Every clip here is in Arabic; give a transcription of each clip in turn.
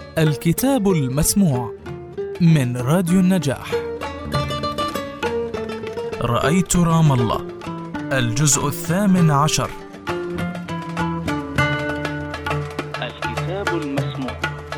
الكتاب المسموع من راديو النجاح. رأيت رام الله، الجزء 18. الكتاب المسموع.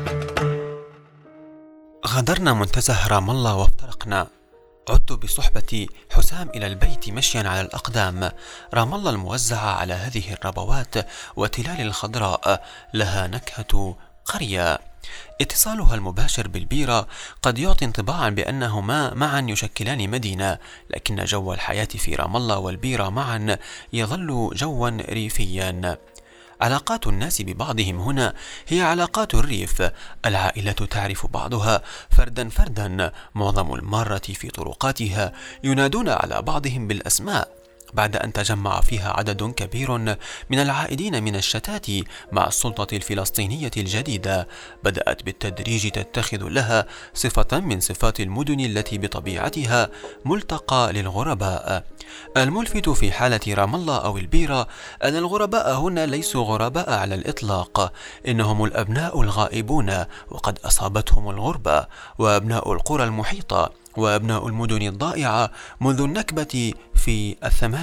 غادرنا منتزه رام الله وافترقنا. عدت بصحبة حسام إلى البيت مشيا على الأقدام. رام الله الموزعة على هذه الربوات والتلال الخضراء لها نكهة قرية. اتصالها المباشر بالبيرة قد يعطي انطباعا بأنهما معا يشكلان مدينة، لكن جو الحياة في رام الله والبيرة معا يظل جوا ريفيا. علاقات الناس ببعضهم هنا هي علاقات الريف، العائلة تعرف بعضها فردا فردا، معظم المارة في طرقاتها ينادون على بعضهم بالأسماء. بعد أن تجمع فيها عدد كبير من العائدين من الشتات مع السلطة الفلسطينية الجديدة، بدأت بالتدريج تتخذ لها صفة من صفات المدن التي بطبيعتها ملتقى للغرباء. الملفت في حالة رام الله أو البيرة أن الغرباء هنا ليسوا غرباء على الإطلاق، إنهم الأبناء الغائبون وقد أصابتهم الغربة، وأبناء القرى المحيطة، وأبناء المدن الضائعة منذ النكبة في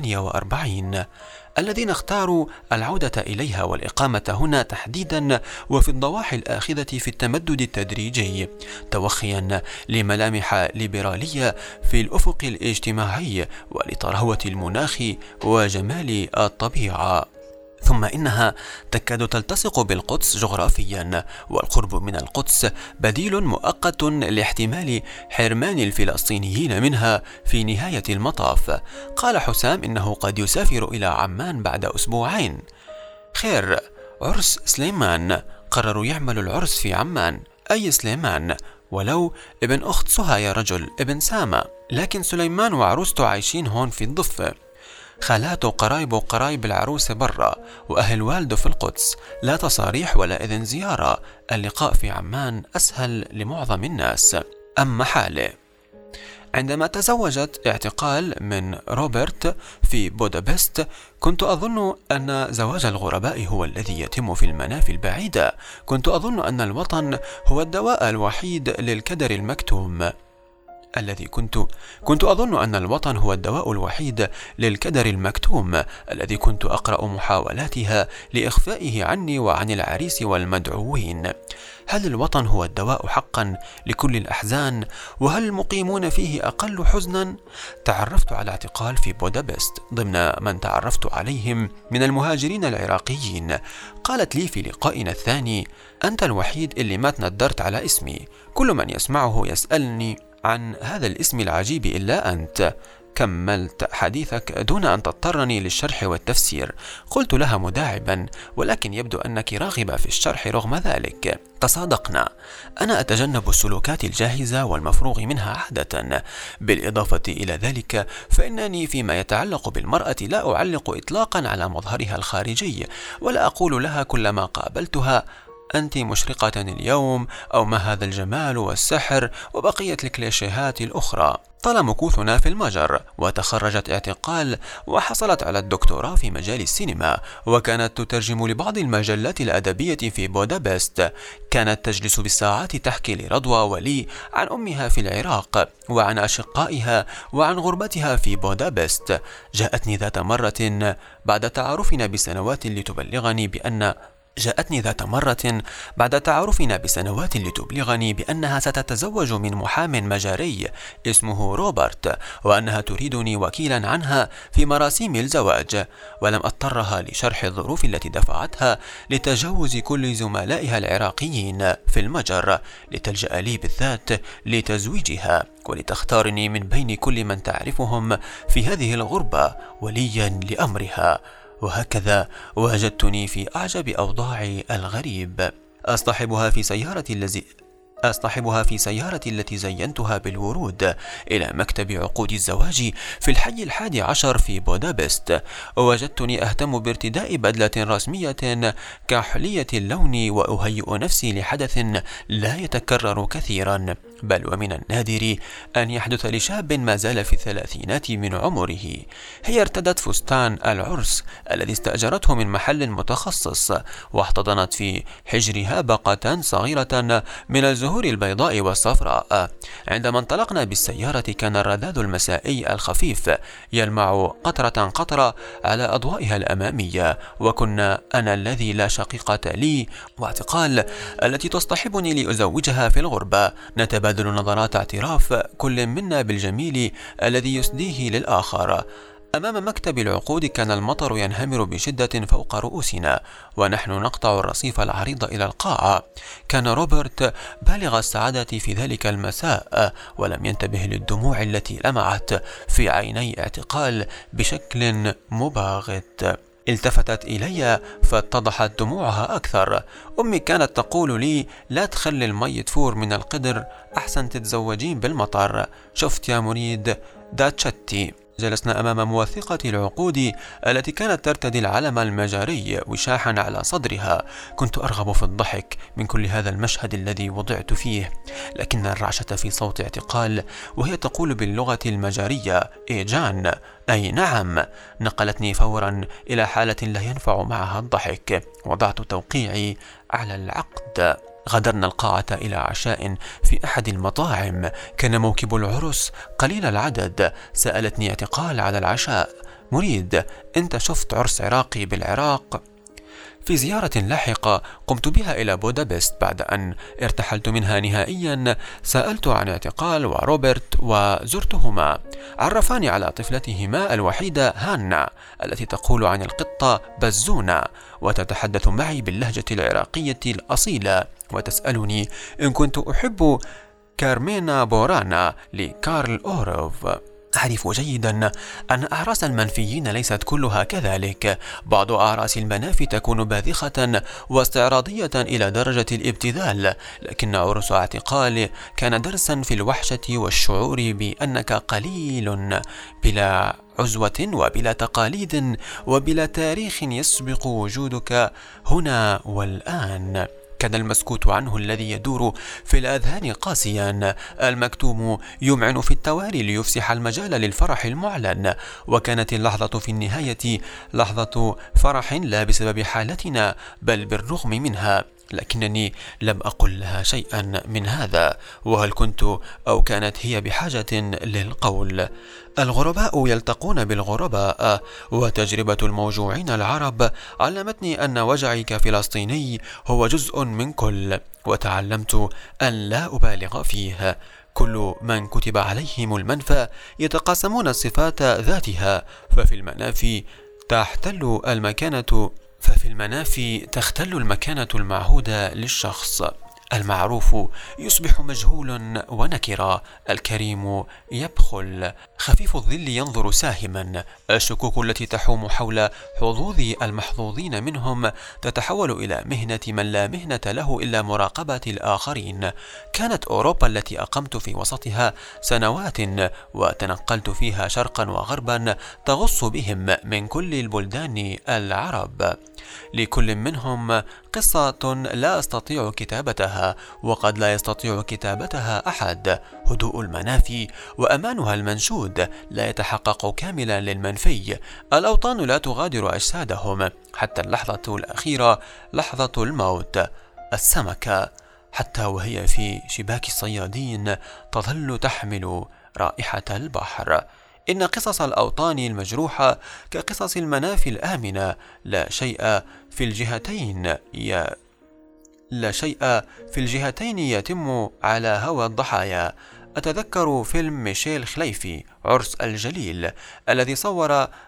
48، الذين اختاروا العودة إليها والإقامة هنا تحديدا وفي الضواحي الآخذة في التمدد التدريجي، توخيا لملامح ليبرالية في الأفق الاجتماعي ولطراوة المناخ وجمال الطبيعة. ثم إنها تكاد تلتصق بالقدس جغرافيا، والقرب من القدس بديل مؤقت لاحتمال حرمان الفلسطينيين منها في نهاية المطاف. قال حسام إنه قد يسافر إلى عمان بعد أسبوعين. خير، عرس سليمان، قرروا يعملوا العرس في عمان. أي سليمان؟ ولو ابن أخت سهى يا رجل، ابن سامة، لكن سليمان وعروسته عايشين هون في الضفة، خالاته وقرايب العروسة برا، وأهل والده في القدس، لا تصاريح ولا إذن زيارة. اللقاء في عمان أسهل لمعظم الناس. أما حاله عندما تزوجت اعتقال من روبرت في بودابست، كنت أظن أن زواج الغرباء هو الذي يتم في المنافي البعيدة. كنت أظن أن الوطن هو الدواء الوحيد للكدر المكتوم. كنت أظن أن الوطن هو الدواء الوحيد للكدر المكتوم الذي كنت أقرأ محاولاتها لإخفائه عني وعن العريس والمدعوين. هل الوطن هو الدواء حقا لكل الأحزان؟ وهل المقيمون فيه أقل حزنا؟ تعرفت على اعتقال في بودابست ضمن من تعرفت عليهم من المهاجرين العراقيين. قالت لي في لقائنا الثاني: أنت الوحيد اللي ما تندرت على اسمي، كل من يسمعه يسألني عن هذا الاسم العجيب إلا أنت. كملت حديثك دون أن تضطرني للشرح والتفسير. قلت لها مداعبا: ولكن يبدو أنك راغبة في الشرح رغم ذلك. تصادقنا. أنا أتجنب السلوكات الجاهزة والمفروغ منها عادة. بالإضافة إلى ذلك فإنني فيما يتعلق بالمرأة لا أعلق إطلاقا على مظهرها الخارجي، ولا أقول لها كلما قابلتها: أنت مشرقة اليوم، أو ما هذا الجمال والسحر، وبقية الكليشيهات الأخرى. طال مكوثنا في المجر، وتخرجت اعتقال وحصلت على الدكتوراه في مجال السينما، وكانت تترجم لبعض المجلات الأدبية في بودابست. كانت تجلس بالساعات تحكي لرضوى ولي عن أمها في العراق، وعن أشقائها، وعن غربتها في بودابست. جاءتني ذات مرة بعد تعارفنا بسنوات لتبلغني بأنها ستتزوج من محام مجاري اسمه روبرت، وأنها تريدني وكيلا عنها في مراسيم الزواج. ولم أضطرها لشرح الظروف التي دفعتها لتجوز كل زملائها العراقيين في المجر لتلجأ لي بالذات لتزويجها، ولتختارني من بين كل من تعرفهم في هذه الغربة وليا لأمرها. وهكذا وجدتني في أعجب أوضاع الغريب. أصطحبها في سيارة أصطحبها في سيارتي التي زينتها بالورود إلى مكتب عقود الزواج في الحي 11 في بودابست. وجدتني أهتم بارتداء بدلة رسمية كحلية اللون وأهيئ نفسي لحدث لا يتكرر كثيرا، بل ومن النادر أن يحدث لشاب ما زال في الثلاثينات من عمره. هي ارتدت فستان العرس الذي استأجرته من محل متخصص، واحتضنت في حجرها بقة صغيرة من الزهور البيضاء والصفراء. عندما انطلقنا بالسيارة كان الرذاذ المسائي الخفيف يلمع قطرة قطرة على أضوائها الأمامية، وكنا أنا الذي لا شقيقة لي واعتقال التي تصطحبني لأزوجها في الغربة. نتبادل نظرات اعتراف كل منا بالجميل الذي يسديه للآخر. أمام مكتب العقود كان المطر ينهمر بشدة فوق رؤوسنا ونحن نقطع الرصيف العريض إلى القاعة. كان روبرت بالغ السعادة في ذلك المساء، ولم ينتبه للدموع التي لمعت في عيني اعتقال بشكل مباغت. التفتت إلي فاتضحت دموعها أكثر. أمي كانت تقول لي: لا تخلي المي تفور من القدر، أحسن تتزوجين بالمطر. شفت يا مريد داتشتي. جلسنا أمام موثقة العقود التي كانت ترتدي العلم المجري وشاحا على صدرها. كنت أرغب في الضحك من كل هذا المشهد الذي وضعت فيه، لكن الرعشة في صوت اعتقال وهي تقول باللغة المجرية إيجان، أي نعم، نقلتني فورا إلى حالة لا ينفع معها الضحك. وضعت توقيعي على العقد. غادرنا القاعة إلى عشاء في أحد المطاعم. كان موكب العرس قليل العدد. سألتني اعتقال على العشاء: مريد، أنت شفت عرس عراقي بالعراق؟ في زيارة لاحقة قمت بها إلى بودابست بعد أن ارتحلت منها نهائيا، سألت عن اعتقال وروبرت وزرتهما. عرفاني على طفلتهما الوحيدة هانا التي تقول عن القطة بزونة، وتتحدث معي باللهجة العراقية الأصيلة، وتسألني إن كنت أحب كارمينا بورانا لكارل أوروف. أعرف جيدا أن أعراس المنفيين ليست كلها كذلك. بعض أعراس المنافي تكون باذخة واستعراضية إلى درجة الابتذال، لكن عرس اعتقال كان درسا في الوحشة والشعور بأنك قليل، بلا عزوة وبلا تقاليد وبلا تاريخ يسبق وجودك هنا والآن. كان المسكوت عنه الذي يدور في الأذهان قاسيا، المكتوم يمعن في التواري ليفسح المجال للفرح المعلن. وكانت اللحظة في النهاية لحظة فرح لا بسبب حالتنا بل بالرغم منها، لكنني لم أقل لها شيئا من هذا. وهل كنت أو كانت هي بحاجة للقول؟ الغرباء يلتقون بالغرباء، وتجربة الموجوعين العرب علمتني أن وجعي كفلسطيني هو جزء من كل، وتعلمت أن لا أبالغ فيه. كل من كتب عليهم المنفى يتقاسمون الصفات ذاتها، ففي المنافي تختل المكانة المعهودة للشخص. المعروف يصبح مجهول ونكرا، الكريم يبخل، خفيف الظل ينظر ساهما. الشكوك التي تحوم حول حظوظ المحظوظين منهم تتحول إلى مهنة من لا مهنة له إلا مراقبة الآخرين. كانت أوروبا التي أقمت في وسطها سنوات وتنقلت فيها شرقا وغربا تغص بهم من كل البلدان العرب. لكل منهم قصة لا أستطيع كتابتها، وقد لا يستطيع كتابتها أحد. هدوء المنافي وأمانها المنشود لا يتحقق كاملا للمنفي. الأوطان لا تغادر أجسادهم حتى اللحظة الأخيرة، لحظة الموت. السمكة حتى وهي في شباك الصيادين تظل تحمل رائحة البحر. إن قصص الأوطان المجروحة كقصص المنافي الآمنة، لا شيء في الجهتين يتم على هوى الضحايا. أتذكر فيلم ميشيل خليفي عرس الجليل الذي صور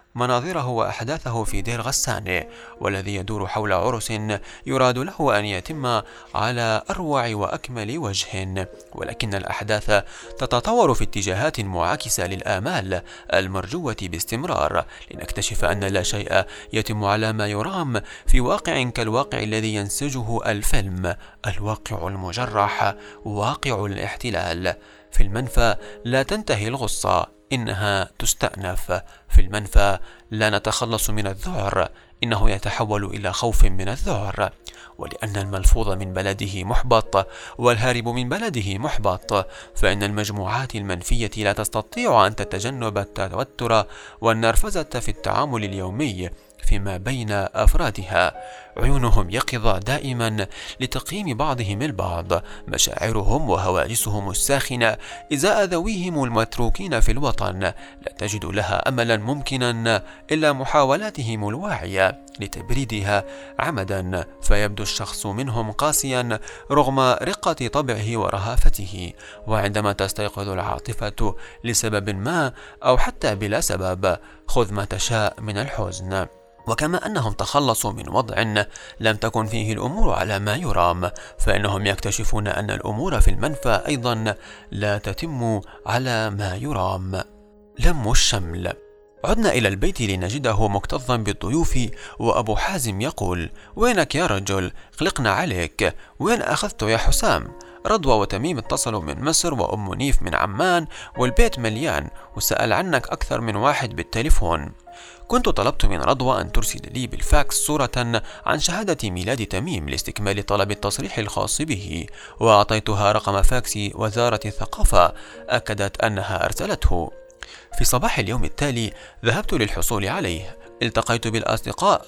مناظره وأحداثه في دير غسان، والذي يدور حول عرس يراد له أن يتم على أروع وأكمل وجه، ولكن الأحداث تتطور في اتجاهات معاكسة للآمال المرجوة باستمرار، لنكتشف أن لا شيء يتم على ما يرام في واقع كالواقع الذي ينسجه الفيلم، الواقع المجرح، واقع الاحتلال. في المنفى لا تنتهي الغصة، إنها تستأنف. في المنفى لا نتخلص من الذعر، إنه يتحول إلى خوف من الذعر. ولأن الملفوظ من بلده محبط والهارب من بلده محبط، فإن المجموعات المنفية لا تستطيع أن تتجنب التوتر والنرفزة في التعامل اليومي فيما بين أفرادها. عيونهم يقظة دائما لتقييم بعضهم البعض، مشاعرهم وهواجسهم الساخنة إزاء ذويهم المتروكين في الوطن لا تجد لها أملا ممكنا إلا محاولاتهم الواعية لتبريدها عمدا، فيبدو الشخص منهم قاسيا رغم رقة طبعه ورهافته. وعندما تستيقظ العاطفة لسبب ما أو حتى بلا سبب، خذ ما تشاء من الحزن. وكما أنهم تخلصوا من وضع لم تكن فيه الأمور على ما يرام، فإنهم يكتشفون أن الأمور في المنفى أيضا لا تتم على ما يرام. لم الشمل. عدنا إلى البيت لنجده مكتظا بالضيوف، وأبو حازم يقول: وينك يا رجل؟ قلقنا عليك. وين أخذته يا حسام؟ رضوى وتميم اتصلوا من مصر، وأم منيف من عمان، والبيت مليان، وسأل عنك أكثر من واحد بالتليفون. كنت طلبت من رضوى أن ترسل لي بالفاكس صورة عن شهادة ميلاد تميم لاستكمال طلب التصريح الخاص به، وأعطيتها رقم فاكس وزارة الثقافة، أكدت أنها أرسلته. في صباح اليوم التالي ذهبت للحصول عليه. التقيت بالأصدقاء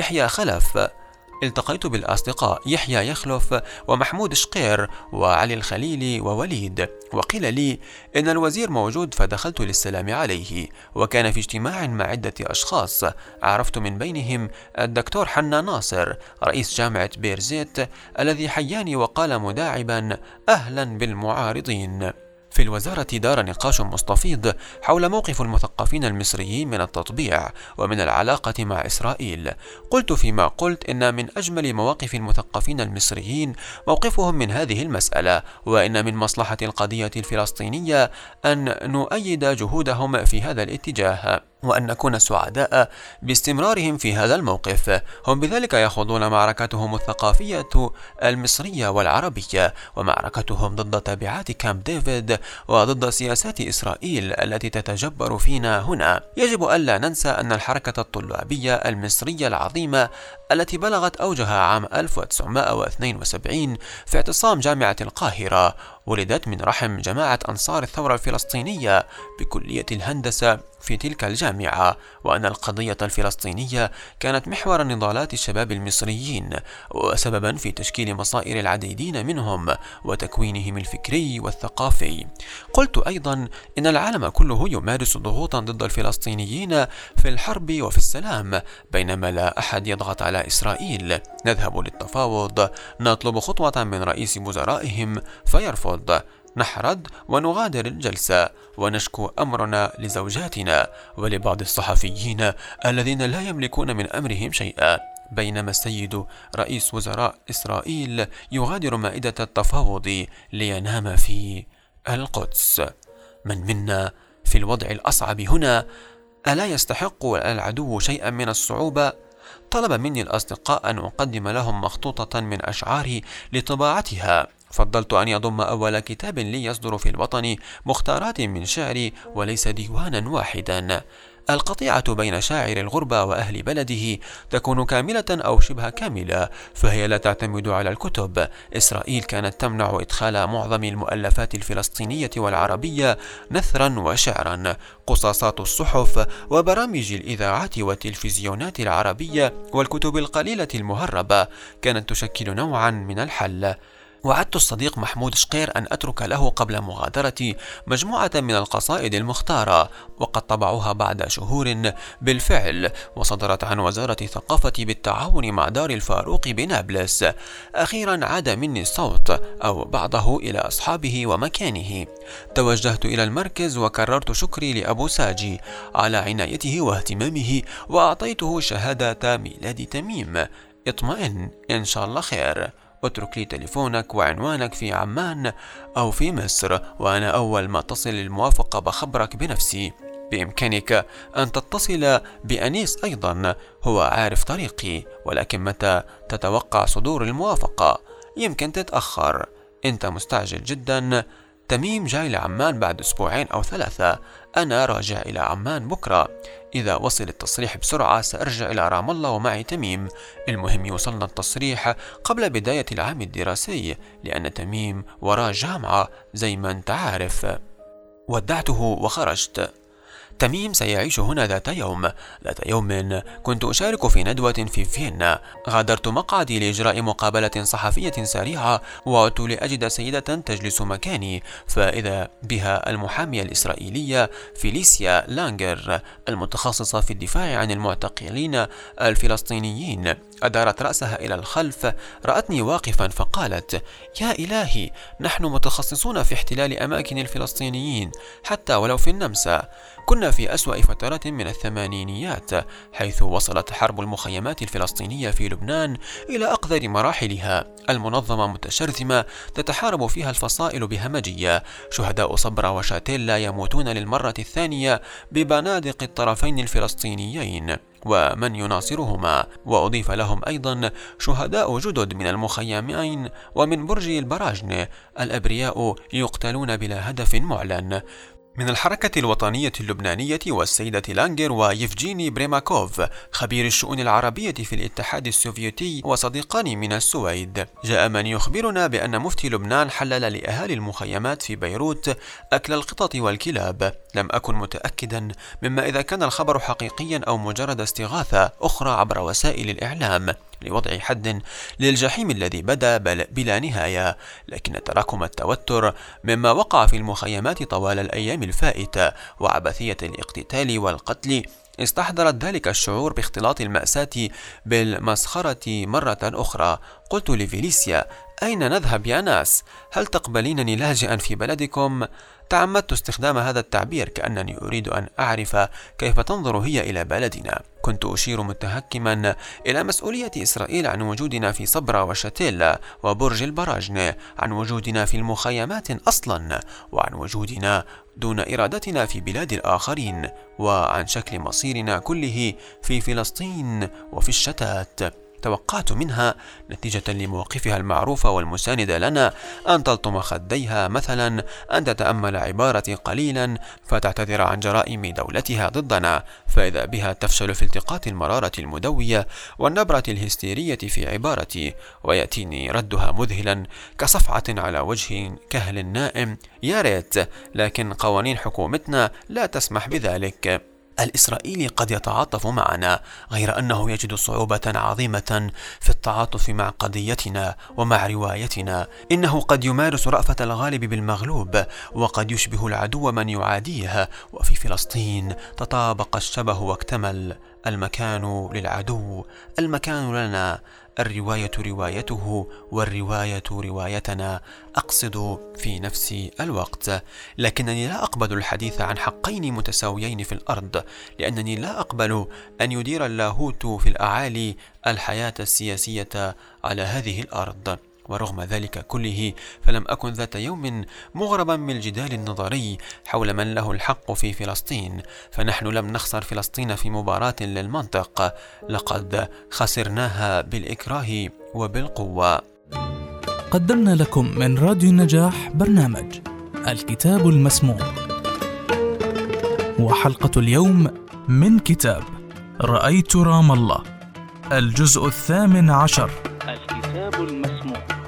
يحيى يخلف ومحمود شقير وعلي الخليلي ووليد، وقيل لي إن الوزير موجود، فدخلت للسلام عليه، وكان في اجتماع مع عدة أشخاص، عرفت من بينهم الدكتور حنا ناصر رئيس جامعة بيرزيت، الذي حياني وقال مداعبا: أهلا بالمعارضين. في الوزارة دار نقاش مستفيض حول موقف المثقفين المصريين من التطبيع ومن العلاقة مع إسرائيل. قلت فيما قلت إن من أجمل مواقف المثقفين المصريين موقفهم من هذه المسألة، وإن من مصلحة القضية الفلسطينية أن نؤيد جهودهم في هذا الاتجاه، وأن نكون سعداء باستمرارهم في هذا الموقف. هم بذلك يخوضون معركتهم الثقافية المصرية والعربية، ومعركتهم ضد تبعات كامب ديفيد وضد سياسات إسرائيل التي تتجبر فينا هنا. يجب ألا ننسى أن الحركة الطلابية المصرية العظيمة التي بلغت أوجها عام 1972 في اعتصام جامعة القاهرة ولدت من رحم جماعة أنصار الثورة الفلسطينية بكلية الهندسة في تلك الجامعة، وأن القضية الفلسطينية كانت محور نضالات الشباب المصريين وسببا في تشكيل مصائر العديدين منهم وتكوينهم الفكري والثقافي. قلت أيضا إن العالم كله يمارس ضغوطا ضد الفلسطينيين في الحرب وفي السلام، بينما لا أحد يضغط على إسرائيل. نذهب للتفاوض، نطلب خطوة من رئيس وزرائهم فيرفض، نحرد ونغادر الجلسة ونشكو أمرنا لزوجاتنا ولبعض الصحفيين الذين لا يملكون من أمرهم شيئا، بينما السيد رئيس وزراء إسرائيل يغادر مائدة التفاوض لينام في القدس. من منا في الوضع الأصعب هنا؟ ألا يستحق العدو شيئا من الصعوبة؟ طلب مني الأصدقاء أن أقدم لهم مخطوطة من أشعاري لطباعتها. فضلت أن يضم أول كتاب لي يصدر في الوطن مختارات من شعري وليس ديوانا واحدا. القطيعة بين شاعر الغربة وأهل بلده تكون كاملة أو شبه كاملة، فهي لا تعتمد على الكتب. إسرائيل كانت تمنع إدخال معظم المؤلفات الفلسطينية والعربية نثرا وشعرا. قصاصات الصحف وبرامج الإذاعات والتلفزيونات العربية والكتب القليلة المهربة كانت تشكل نوعا من الحل. وعدت الصديق محمود شقير أن أترك له قبل مغادرتي مجموعة من القصائد المختارة، وقد طبعوها بعد شهور بالفعل، وصدرت عن وزارة الثقافة بالتعاون مع دار الفاروق بنابلس. أخيرا عاد مني الصوت أو بعضه إلى أصحابه ومكانه. توجهت إلى المركز وكررت شكري لأبو ساجي على عنايته واهتمامه، وأعطيته شهادة ميلاد تميم. اطمئن، إن شاء الله خير. اترك لي تليفونك وعنوانك في عمان أو في مصر، وأنا أول ما تصل الموافقة بخبرك بنفسي. بإمكانك أن تتصل بأنيس أيضا، هو عارف طريقي، ولكن متى تتوقع صدور الموافقة؟ يمكن تتأخر. أنت مستعجل جدا. تميم جاي لعمان بعد أسبوعين أو 3. أنا راجع إلى عمان بكرة. إذا وصل التصريح بسرعة سأرجع إلى رام الله ومعي تميم. المهم يوصلنا التصريح قبل بداية العام الدراسي، لأن تميم وراه جامعة زي ما أنت عارف. ودعته وخرجت. تميم سيعيش هنا ذات يوم كنت أشارك في ندوة في فيينا. غادرت مقعدي لإجراء مقابلة صحفية سريعة، وعدت لأجد سيدة تجلس مكاني، فإذا بها المحامية الإسرائيلية فيليسيا لانجر المتخصصة في الدفاع عن المعتقلين الفلسطينيين. أدارت رأسها إلى الخلف، رأتني واقفا فقالت: يا إلهي، نحن متخصصون في احتلال أماكن الفلسطينيين حتى ولو في النمسا. كنا في أسوأ فترات من الثمانينيات، حيث وصلت حرب المخيمات الفلسطينية في لبنان إلى أقذر مراحلها. المنظمة متشرذمة تتحارب فيها الفصائل بهمجية. شهداء صبرا وشاتيلا يموتون للمرة الثانية ببنادق الطرفين الفلسطينيين ومن يناصرهما، وأضيف لهم أيضا شهداء جدد من المخيمين ومن برج البراجنة. الأبرياء يقتلون بلا هدف معلن. من الحركة الوطنية اللبنانية والسيدة لانجر ويفجيني بريماكوف خبير الشؤون العربية في الاتحاد السوفيتي وصديقان من السويد، جاء من يخبرنا بأن مفتي لبنان حلل لأهالي المخيمات في بيروت أكل القطط والكلاب. لم أكن متأكدا مما إذا كان الخبر حقيقيا أو مجرد استغاثة أخرى عبر وسائل الإعلام لوضع حد للجحيم الذي بدا بلا نهاية. لكن تراكم التوتر مما وقع في المخيمات طوال الأيام الفائتة وعبثية الاقتتال والقتل استحضرت ذلك الشعور باختلاط المأساة بالمسخرة مرة أخرى. قلت لفيليسيا: أين نذهب يا ناس؟ هل تقبلينني لاجئا في بلدكم؟ تعمدت استخدام هذا التعبير كأنني أريد أن أعرف كيف تنظر هي إلى بلدنا. كنت أشير متهكما إلى مسؤولية إسرائيل عن وجودنا في صبرا وشاتيلا وبرج البراجنة، عن وجودنا في المخيمات أصلا، وعن وجودنا دون إرادتنا في بلاد الآخرين، وعن شكل مصيرنا كله في فلسطين وفي الشتات. توقعت منها نتيجة لموقفها المعروفة والمساندة لنا أن تلطم خديها، مثلا أن تتأمل عبارتي قليلا فتعتذر عن جرائم دولتها ضدنا، فإذا بها تفشل في التقاط المرارة المدوية والنبرة الهستيرية في عبارتي، ويأتيني ردها مذهلا كصفعة على وجه كهل نائم: يا ريت، لكن قوانين حكومتنا لا تسمح بذلك. الإسرائيلي قد يتعاطف معنا، غير أنه يجد صعوبة عظيمة في التعاطف مع قضيتنا ومع روايتنا. إنه قد يمارس رأفة الغالب بالمغلوب، وقد يشبه العدو من يعاديه. وفي فلسطين تطابق الشبه واكتمل. المكان للعدو، المكان لنا، الرواية روايته والرواية روايتنا، أقصد في نفس الوقت. لكنني لا أقبل الحديث عن حقين متساويين في الأرض، لأنني لا أقبل أن يدير اللاهوت في الأعالي الحياة السياسية على هذه الأرض. ورغم ذلك كله فلم أكن ذات يوم مغربا من الجدال النظري حول من له الحق في فلسطين، فنحن لم نخسر فلسطين في مباراة للمنطق، لقد خسرناها بالإكراه وبالقوة. قدمنا لكم من راديو النجاح برنامج الكتاب المسموع، وحلقة اليوم من كتاب رأيت رام الله، الجزء 18. الكتاب المسموع.